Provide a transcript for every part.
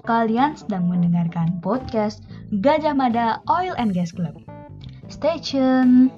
Kalian sedang mendengarkan podcast Gajah Mada Oil and Gas Club. Stay tune.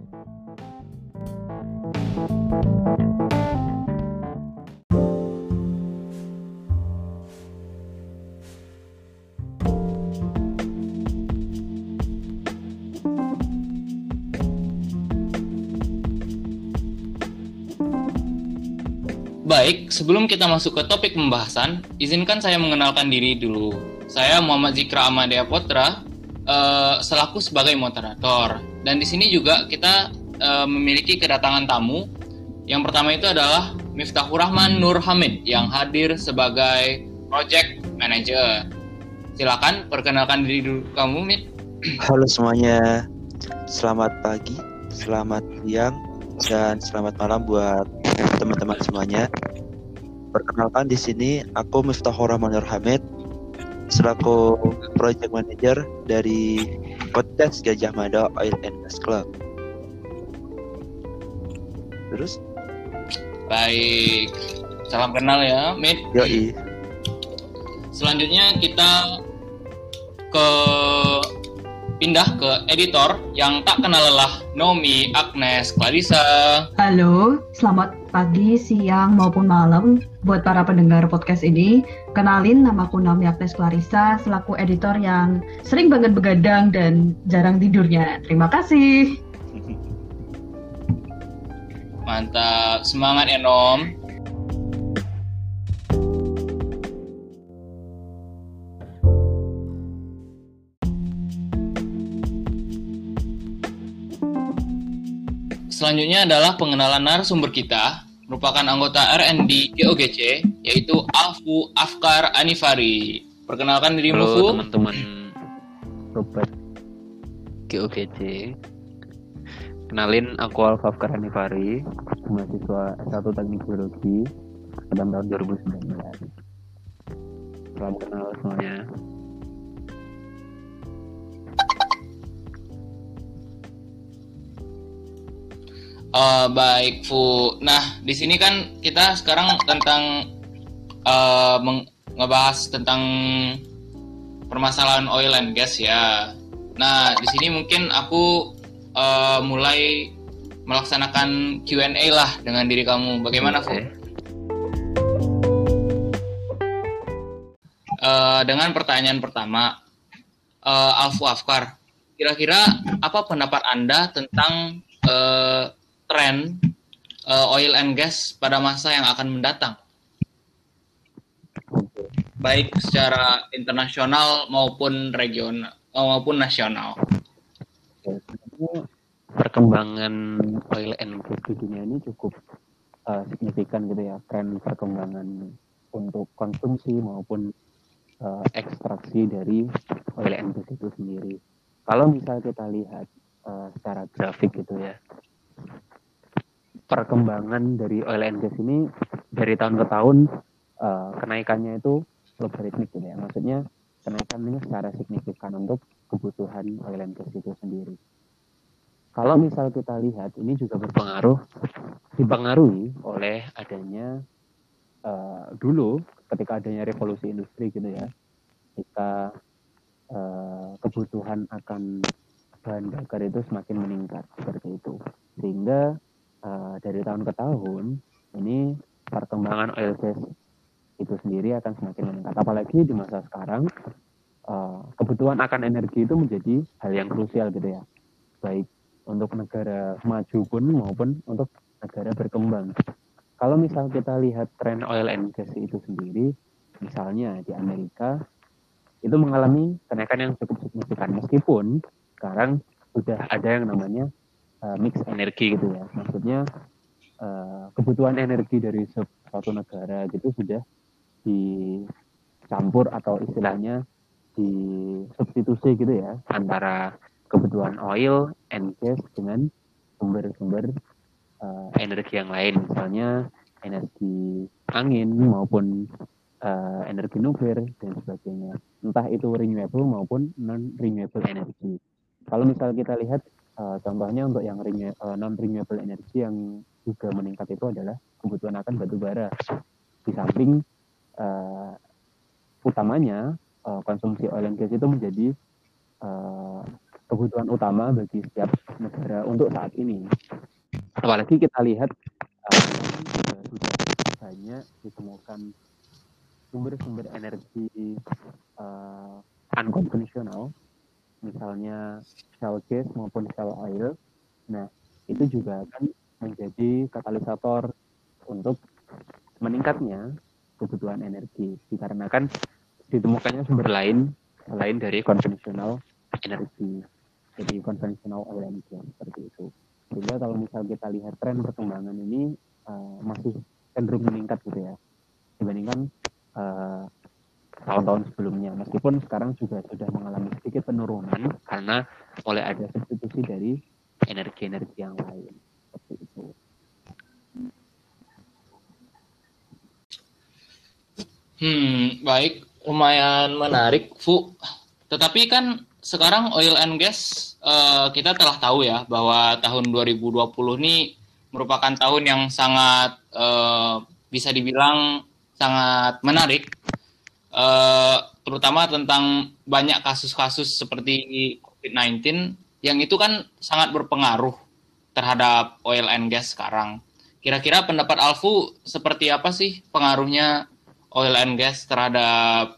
Baik, sebelum kita masuk ke topik pembahasan, izinkan saya mengenalkan diri dulu. Saya Muhammad Zikra Amadea Potra, selaku sebagai moderator. Dan di sini juga kita memiliki kedatangan tamu. Yang pertama itu adalah Miftahur Rahman Nur Hamid yang hadir sebagai Project Manager. Silakan perkenalkan diri dulu kamu, Mit. Halo semuanya, selamat pagi, selamat siang, dan selamat malam buat teman-teman semuanya. Perkenalkan di sini aku Miftahur Rahman Nur Hamid selaku Project Manager dari podcast Gajah Mada Oil and Gas Club. Terus? Baik, salam kenal ya, Mit. Yoi. Selanjutnya kita pindah ke editor yang tak kenal lelah, Nomi Agnes Clarissa. Halo, selamat pagi, siang maupun malam buat para pendengar podcast ini. Kenalin, namaku Nomi Agnes Clarissa selaku editor yang sering banget begadang dan jarang tidurnya. Terima kasih. Mantap, semangat ya Nom. Selanjutnya adalah pengenalan narasumber kita, merupakan anggota R&D GOGC, yaitu Alfu Afkar Anifari. Perkenalkan dirimu, Fu. Halo teman-teman sobat GOGC. Kenalin, aku Alfu Afkar Anifari, mahasiswa S1 Teknik Biologi pada tahun 2019. Salam kenal semuanya. Baik, Fu. Nah, di sini kan kita sekarang tentang ngebahas tentang permasalahan oil and gas ya. Nah, di sini mungkin aku mulai melaksanakan Q&A lah dengan diri kamu. Bagaimana, Fu? Dengan pertanyaan pertama, Alfu Afkar, kira-kira apa pendapat Anda tentang tren oil and gas pada masa yang akan mendatang, baik secara internasional maupun regional maupun nasional? Perkembangan oil and gas di dunia ini cukup signifikan gitu ya, tren perkembangan untuk konsumsi maupun ekstraksi dari oil and gas itu sendiri. Kalau misal kita lihat secara grafik gitu ya, perkembangan dari oil and gas ini dari tahun ke tahun kenaikannya itu logaritmik gitu ya. Maksudnya kenaikan ini secara signifikan untuk kebutuhan oil and gas itu sendiri. Kalau misal kita lihat, ini juga dipengaruhi oleh adanya dulu ketika adanya revolusi industri gitu ya, ketika kebutuhan akan bahan bakar itu semakin meningkat seperti itu, sehingga dari tahun ke tahun ini perkembangan oil gas itu sendiri akan semakin meningkat. Apalagi di masa sekarang kebutuhan akan energi itu menjadi hal yang krusial gitu ya, baik untuk negara maju pun maupun untuk negara berkembang. Kalau misal kita lihat tren oil and gas itu sendiri, misalnya di Amerika itu mengalami kenaikan yang cukup signifikan, meskipun sekarang sudah ada yang namanya mix energi gitu ya. Maksudnya kebutuhan energi dari suatu negara gitu sudah dicampur atau istilahnya disubstitusi gitu ya, antara kebutuhan oil and gas dengan sumber-sumber energi yang lain, misalnya energi angin maupun energi nuklir dan sebagainya, entah itu renewable maupun non renewable energi. Kalau misal kita lihat contohnya untuk yang non renewable energy yang juga meningkat itu adalah kebutuhan akan batu bara. Di samping utamanya konsumsi oil and gas itu menjadi kebutuhan utama bagi setiap negara untuk saat ini. Apalagi kita lihat sudah banyak ditemukan sumber-sumber energi unconventional, misalnya shale gas maupun shale oil. Nah, itu juga akan menjadi katalisator untuk meningkatnya kebutuhan energi, dikarenakan ditemukannya sumber lain selain dari konvensional energi, jadi konvensional oil and gas seperti itu. Sehingga kalau misal kita lihat tren perkembangan ini masih cenderung meningkat gitu ya, dibandingkan tahun-tahun sebelumnya. Meskipun sekarang juga sudah mengalami sedikit penurunan karena mulai ada substitusi dari energi-energi yang lain seperti itu. Baik, lumayan menarik, Fu. Tetapi kan sekarang oil and gas kita telah tahu ya bahwa tahun 2020 ini merupakan tahun yang sangat bisa dibilang sangat menarik, terutama tentang banyak kasus-kasus seperti COVID-19 yang itu kan sangat berpengaruh terhadap oil and gas sekarang. Kira-kira pendapat Alfu seperti apa sih pengaruhnya oil and gas terhadap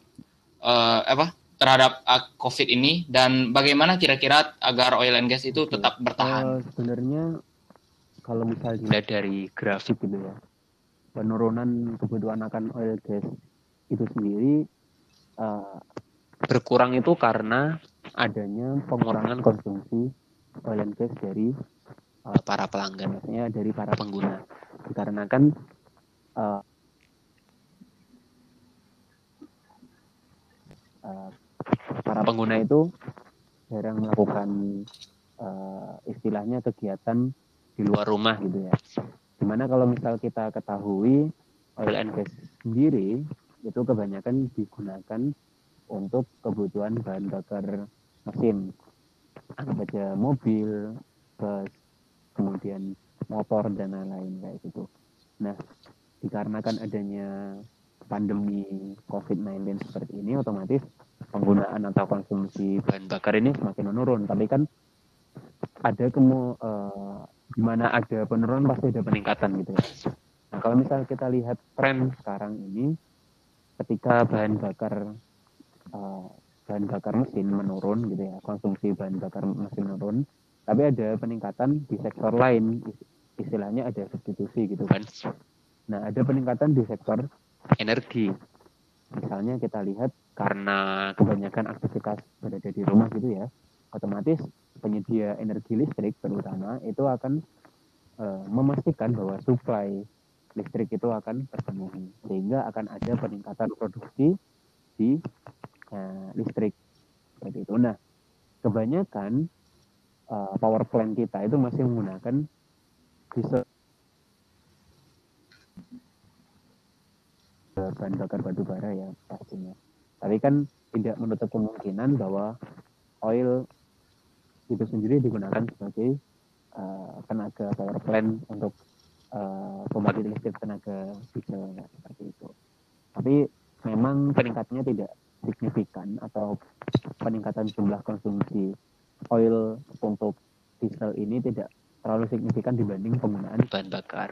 COVID ini, dan bagaimana kira-kira agar oil and gas itu tetap bertahan? Sebenarnya kalau misalnya dilihat dari grafik gitu ya, penurunan kebutuhan akan oil gas itu sendiri berkurang itu karena adanya pengurangan konsumsi oil and gas dari para pelanggan, maksudnya dari para pengguna, dikarenakan para pengguna itu jarang melakukan istilahnya kegiatan di luar rumah gitu ya. Dimana kalau misal kita ketahui oil and gas sendiri itu kebanyakan digunakan untuk kebutuhan bahan bakar mesin, anggap aja mobil, bus, kemudian motor dan lain-lain kayak gitu. Nah, dikarenakan adanya pandemi COVID-19 seperti ini, otomatis penggunaan atau konsumsi bahan bakar ini semakin menurun. Tapi kan ada di mana ada penurunan pasti ada peningkatan gitu ya. Nah, kalau misal kita lihat tren sekarang ini, ketika bahan bakar mesin menurun gitu ya, konsumsi bahan bakar mesin menurun, tapi ada peningkatan di sektor lain, istilahnya ada substitusi gitu kan. Nah, ada peningkatan di sektor energi. Misalnya kita lihat karena kebanyakan aktivitas berada di rumah gitu ya, otomatis penyedia energi listrik terutama itu akan memastikan bahwa suplai listrik itu akan terpenuhi, sehingga akan ada peningkatan produksi di listrik seperti itu. Nah, kebanyakan power plant kita itu masih menggunakan diesel, bahan bakar batu bara ya pastinya. Tapi kan tidak menutup kemungkinan bahwa oil itu sendiri digunakan sebagai tenaga power plant untuk pembangkit listrik tenaga diesel seperti itu. Tapi memang peningkatannya tidak signifikan, atau peningkatan jumlah konsumsi oil untuk diesel ini tidak terlalu signifikan dibanding penggunaan bahan bakar.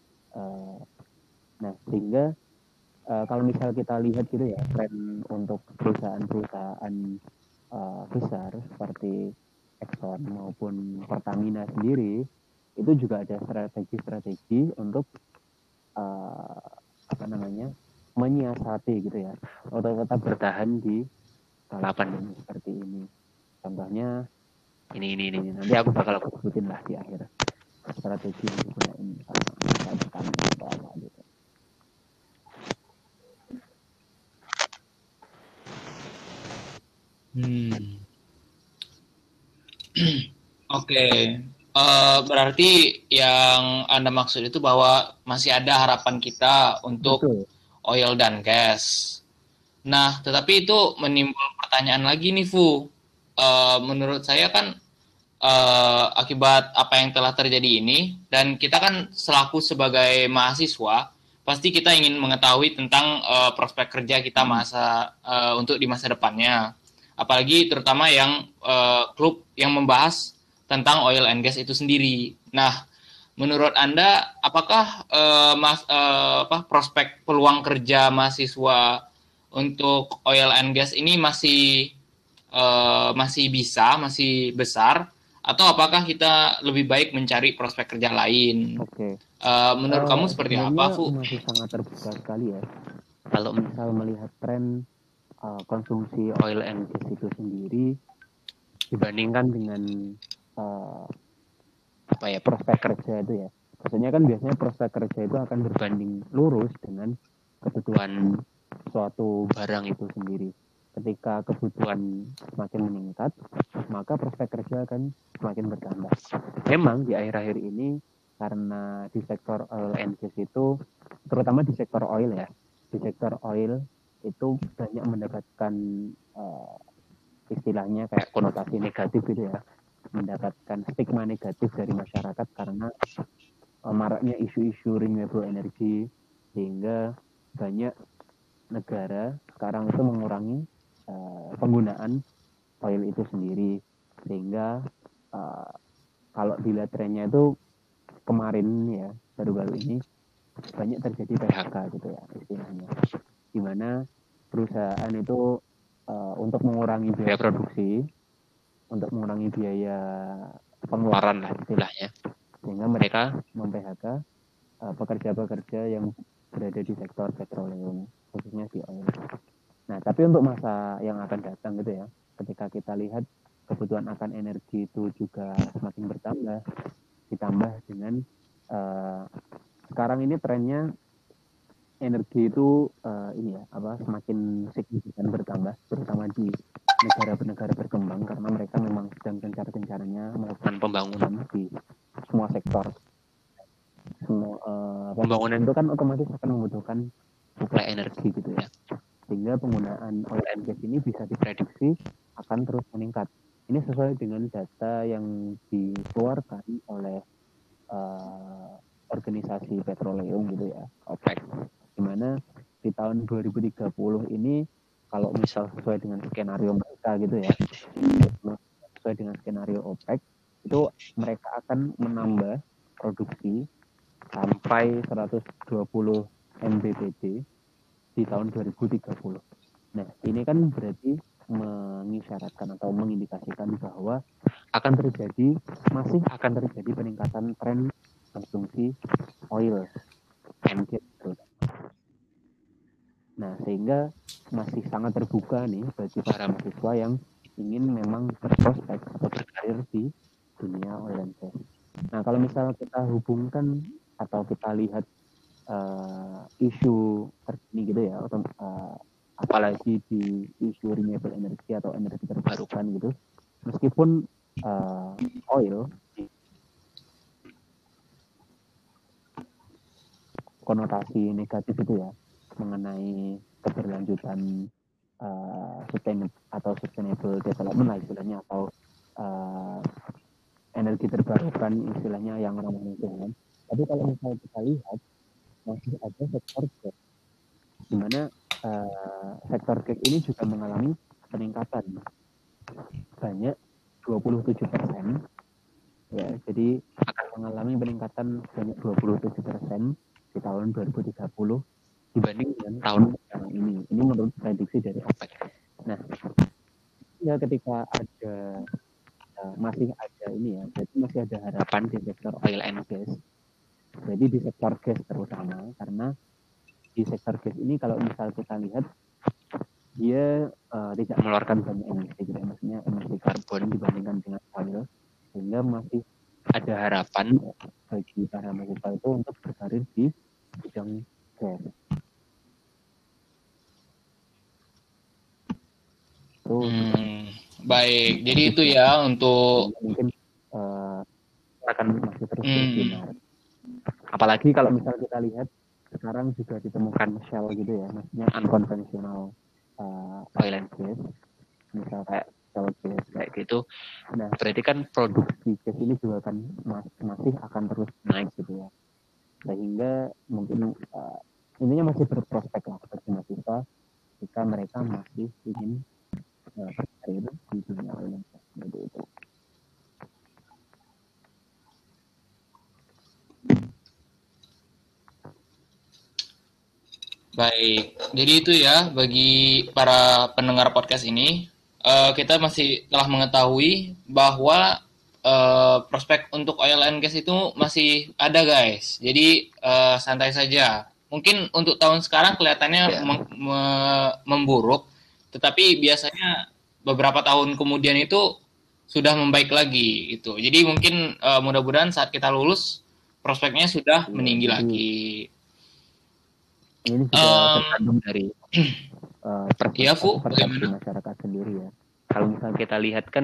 Nah, sehingga kalau misal kita lihat gitu ya, tren untuk perusahaan-perusahaan besar seperti Exxon maupun Pertamina sendiri, itu juga ada strategi-strategi untuk menyiasati gitu ya, untuk tetap bertahan di kala pandemi seperti ini. Contohnya ini nanti aku bakal sebutin lah di akhir strategi yang digunakan sama Pertamina atau apa gitu. Oke. Berarti yang Anda maksud itu bahwa masih ada harapan kita untuk oil dan gas. Nah, tetapi itu menimbul pertanyaan lagi nih, Fu. Menurut saya kan akibat apa yang telah terjadi ini, dan kita kan selaku sebagai mahasiswa pasti kita ingin mengetahui tentang prospek kerja kita untuk di masa depannya. Apalagi terutama yang klub yang membahas tentang oil and gas itu sendiri. Nah, menurut Anda, apakah prospek peluang kerja mahasiswa untuk oil and gas ini masih besar, atau apakah kita lebih baik mencari prospek kerja lain? Oke. Menurut kamu seperti apa, Fu? Masih sangat terbuka sekali ya. Kalau misal melihat tren konsumsi oil and gas itu sendiri dibandingkan dengan prospek kerja itu ya. Maksudnya kan biasanya prospek kerja itu akan berbanding lurus dengan kebutuhan suatu barang itu sendiri. Ketika kebutuhan semakin meningkat, maka prospek kerja akan semakin bertambah. Memang di akhir-akhir ini karena di sektor oil and gas itu, terutama di sektor oil ya, di sektor oil itu banyak mendapatkan istilahnya kayak konotasi negatif gitu ya, mendapatkan stigma negatif dari masyarakat karena maraknya isu-isu renewable energy, sehingga banyak negara sekarang itu mengurangi penggunaan oil itu sendiri, sehingga kalau dilihat trennya itu kemarin ya, baru-baru ini banyak terjadi PHK gitu ya istilahnya, di mana perusahaan itu untuk mengurangi biaya produksi, untuk mengurangi biaya pengeluaran lah istilahnya, sehingga mereka mem-PHK pekerja-pekerja yang berada di sektor petroleum, khususnya di oil. Nah, tapi untuk masa yang akan datang gitu ya, ketika kita lihat kebutuhan akan energi itu juga semakin bertambah, ditambah dengan sekarang ini trennya energi itu semakin signifikan bertambah, terutama di negara-negara berkembang, karena mereka memang sedang gencar-gencarnya melakukan pembangunan di semua sektor. Pembangunan itu kan otomatis akan membutuhkan suplai energi gitu ya, sehingga penggunaan oil and gas ini bisa diprediksi akan terus meningkat. Ini sesuai dengan data yang dikeluarkan oleh organisasi petroleum gitu ya, OPEC, di mana di tahun 2030 ini kalau misal sesuai dengan skenario mereka gitu ya, sesuai dengan skenario OPEC, itu mereka akan menambah produksi sampai 120 MBPD di tahun 2030. Nah, ini kan berarti mengisyaratkan atau mengindikasikan bahwa masih akan terjadi peningkatan tren konsumsi oil and gas. Nah, sehingga masih sangat terbuka nih bagi para mahasiswa yang ingin memang berprospek atau berkarir di dunia oil and gas. Nah, kalau misalnya kita hubungkan atau kita lihat isu terkini gitu ya, apalagi di isu renewable energy atau energi terbarukan gitu, meskipun oil konotasi negatif itu ya mengenai keberlanjutan sustainable development lah istilahnya, atau energi terbarukan istilahnya yang ramah lingkungan. Tapi kalau misalnya kita lihat masih ada sektor gas, di mana sektor gas ini juga mengalami peningkatan banyak 27%. Ya, jadi akan mengalami peningkatan banyak 27% di tahun 2030 dibanding dengan tahun sekarang ini. Ini menurut prediksi dari OPEC. Nah, ya ketika masih ada ini ya, jadi masih ada harapan di sektor oil and gas. Jadi di sektor gas terutama, karena di sektor gas ini kalau misal kita lihat dia tidak mengeluarkan banyak emisi, gitu, maksudnya emisi karbon dibandingkan dengan oil, sehingga masih ada harapan bagi para mahasiswa itu untuk berkarir di bidang gas. Baik, jadi itu ya untuk mungkin akan masih terus bersinar. Apalagi kalau misal kita lihat sekarang juga ditemukan shell gitu ya, maksudnya unconventional oil and gas, misal kayak shell gas kayak gitu. Nah, berarti kan produksi gas ini juga akan masih akan terus naik gitu ya, sehingga mungkin intinya masih berprospek lah bagi mahasiswa jika mereka masih ingin berkarir di dunia oil and gas seperti itu. Baik, jadi itu ya bagi para pendengar podcast ini, kita masih telah mengetahui bahwa prospek untuk oil and gas itu masih ada guys. Jadi santai saja. Mungkin untuk tahun sekarang kelihatannya memburuk, tetapi biasanya beberapa tahun kemudian itu sudah membaik lagi gitu. Jadi mungkin mudah-mudahan saat kita lulus prospeknya sudah meninggi lagi. Ini juga tergantung dari bagaimana masyarakat sendiri ya. Kalau misalnya kita lihat kan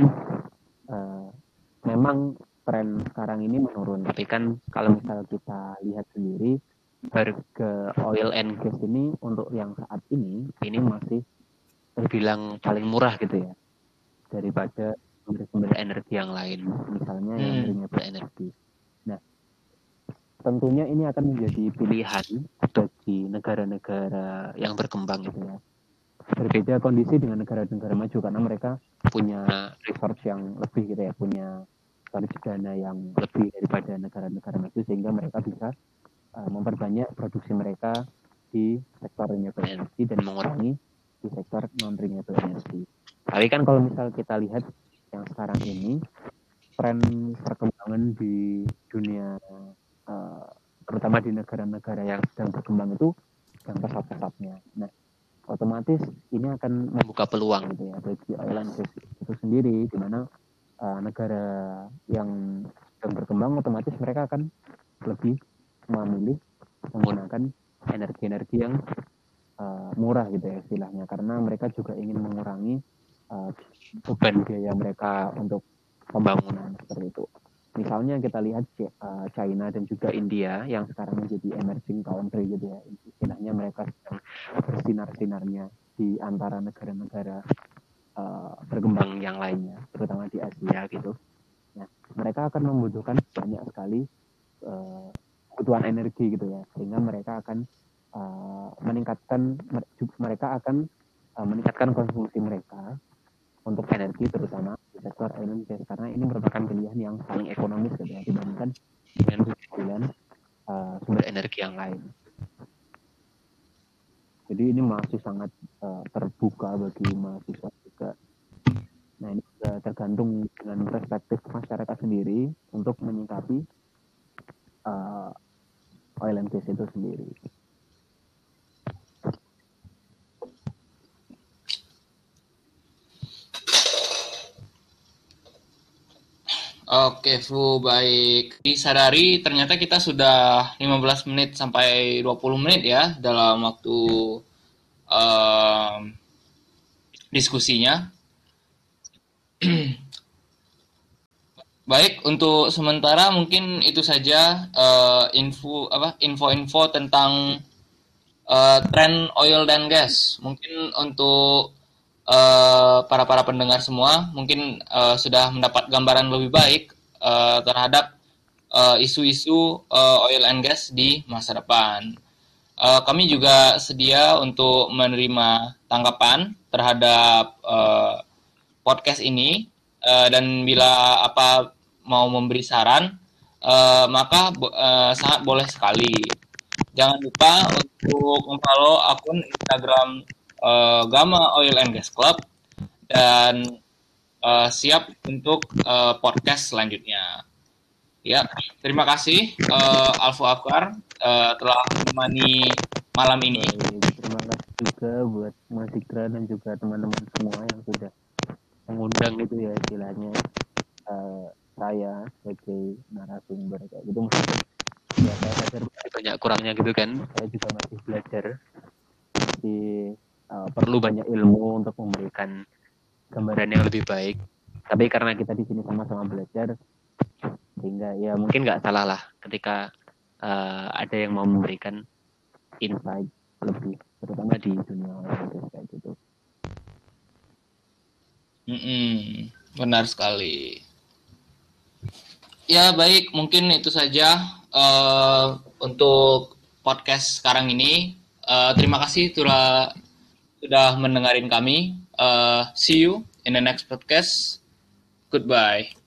memang tren sekarang ini menurun, tapi kan kalau misalnya kita lihat sendiri harga oil and gas ini untuk yang saat ini masih terbilang paling murah gitu ya daripada sumber-sumber energi yang lain, misalnya yang renewable energy. Nah, tentunya ini akan menjadi pilihan bagi negara-negara yang berkembang gitu ya. Berbeda kondisi dengan negara-negara maju karena mereka punya resource yang lebih gitu ya, punya storage dana yang lebih daripada negara-negara maju sehingga mereka bisa memperbanyak produksi mereka di sektor renewable energy dan mengurangi di sektor non renewable energy. Tapi kan kalau misal kita lihat yang sekarang ini tren perkembangan di dunia terutama di negara-negara yang sedang berkembang itu yang pesat-pesatnya. Nah, otomatis ini akan membuka peluang gitu ya bagi oil and gas itu sendiri, di mana negara yang sedang berkembang otomatis mereka akan lebih memilih menggunakan energi-energi yang murah gitu ya istilahnya, karena mereka juga ingin mengurangi beban biaya mereka untuk pembangunan seperti itu. Misalnya kita lihat China dan juga India yang sekarang menjadi emerging country gitu ya, istilahnya mereka sedang bersinar-sinarnya di antara negara-negara berkembang yang lainnya, terutama di Asia gitu. Nah, mereka akan membutuhkan banyak sekali kebutuhan energi gitu ya, sehingga mereka akan meningkatkan konsumsi mereka untuk energi terutama di sektor oil and gas, karena ini merupakan pilihan yang paling ekonomis gitu ya dibandingkan dengan pilihan sumber energi yang lain. Jadi ini masih sangat terbuka bagi mahasiswa juga. Nah, ini juga tergantung dengan perspektif masyarakat sendiri untuk menyikapi oil and gas itu sendiri. Oke, Fu, baik. Disadari ternyata kita sudah 15 menit sampai 20 menit ya dalam waktu diskusinya. Baik, untuk sementara mungkin itu saja info-info tentang tren oil dan gas. Mungkin untuk para pendengar semua mungkin sudah mendapat gambaran lebih baik terhadap isu-isu oil and gas di masa depan. Kami juga sedia untuk menerima tanggapan terhadap podcast ini, dan bila apa mau memberi saran maka sangat boleh sekali. Jangan lupa untuk follow akun Instagram Gama Oil and Gas Club dan siap untuk podcast selanjutnya. Ya, terima kasih Alfu Akbar telah menemani malam ini. Terima kasih juga buat Mas Ikra dan juga teman-teman semua yang sudah mengundang itu ya istilahnya saya sebagai narasumber kayak gitu. Ya, saya belajar banyak kurangnya gitu kan. Saya juga masih belajar. Perlu banyak ilmu untuk memberikan gambaran yang lebih baik. Tapi karena kita di sini sama-sama belajar, sehingga ya mungkin nggak salah lah ketika ada yang mau memberikan insight lebih, terutama di dunia olahraga kayak gitu. Benar sekali. Ya baik, mungkin itu saja untuk podcast sekarang ini. Terima kasih sudah mendengarin kami. See you in the next podcast. Goodbye.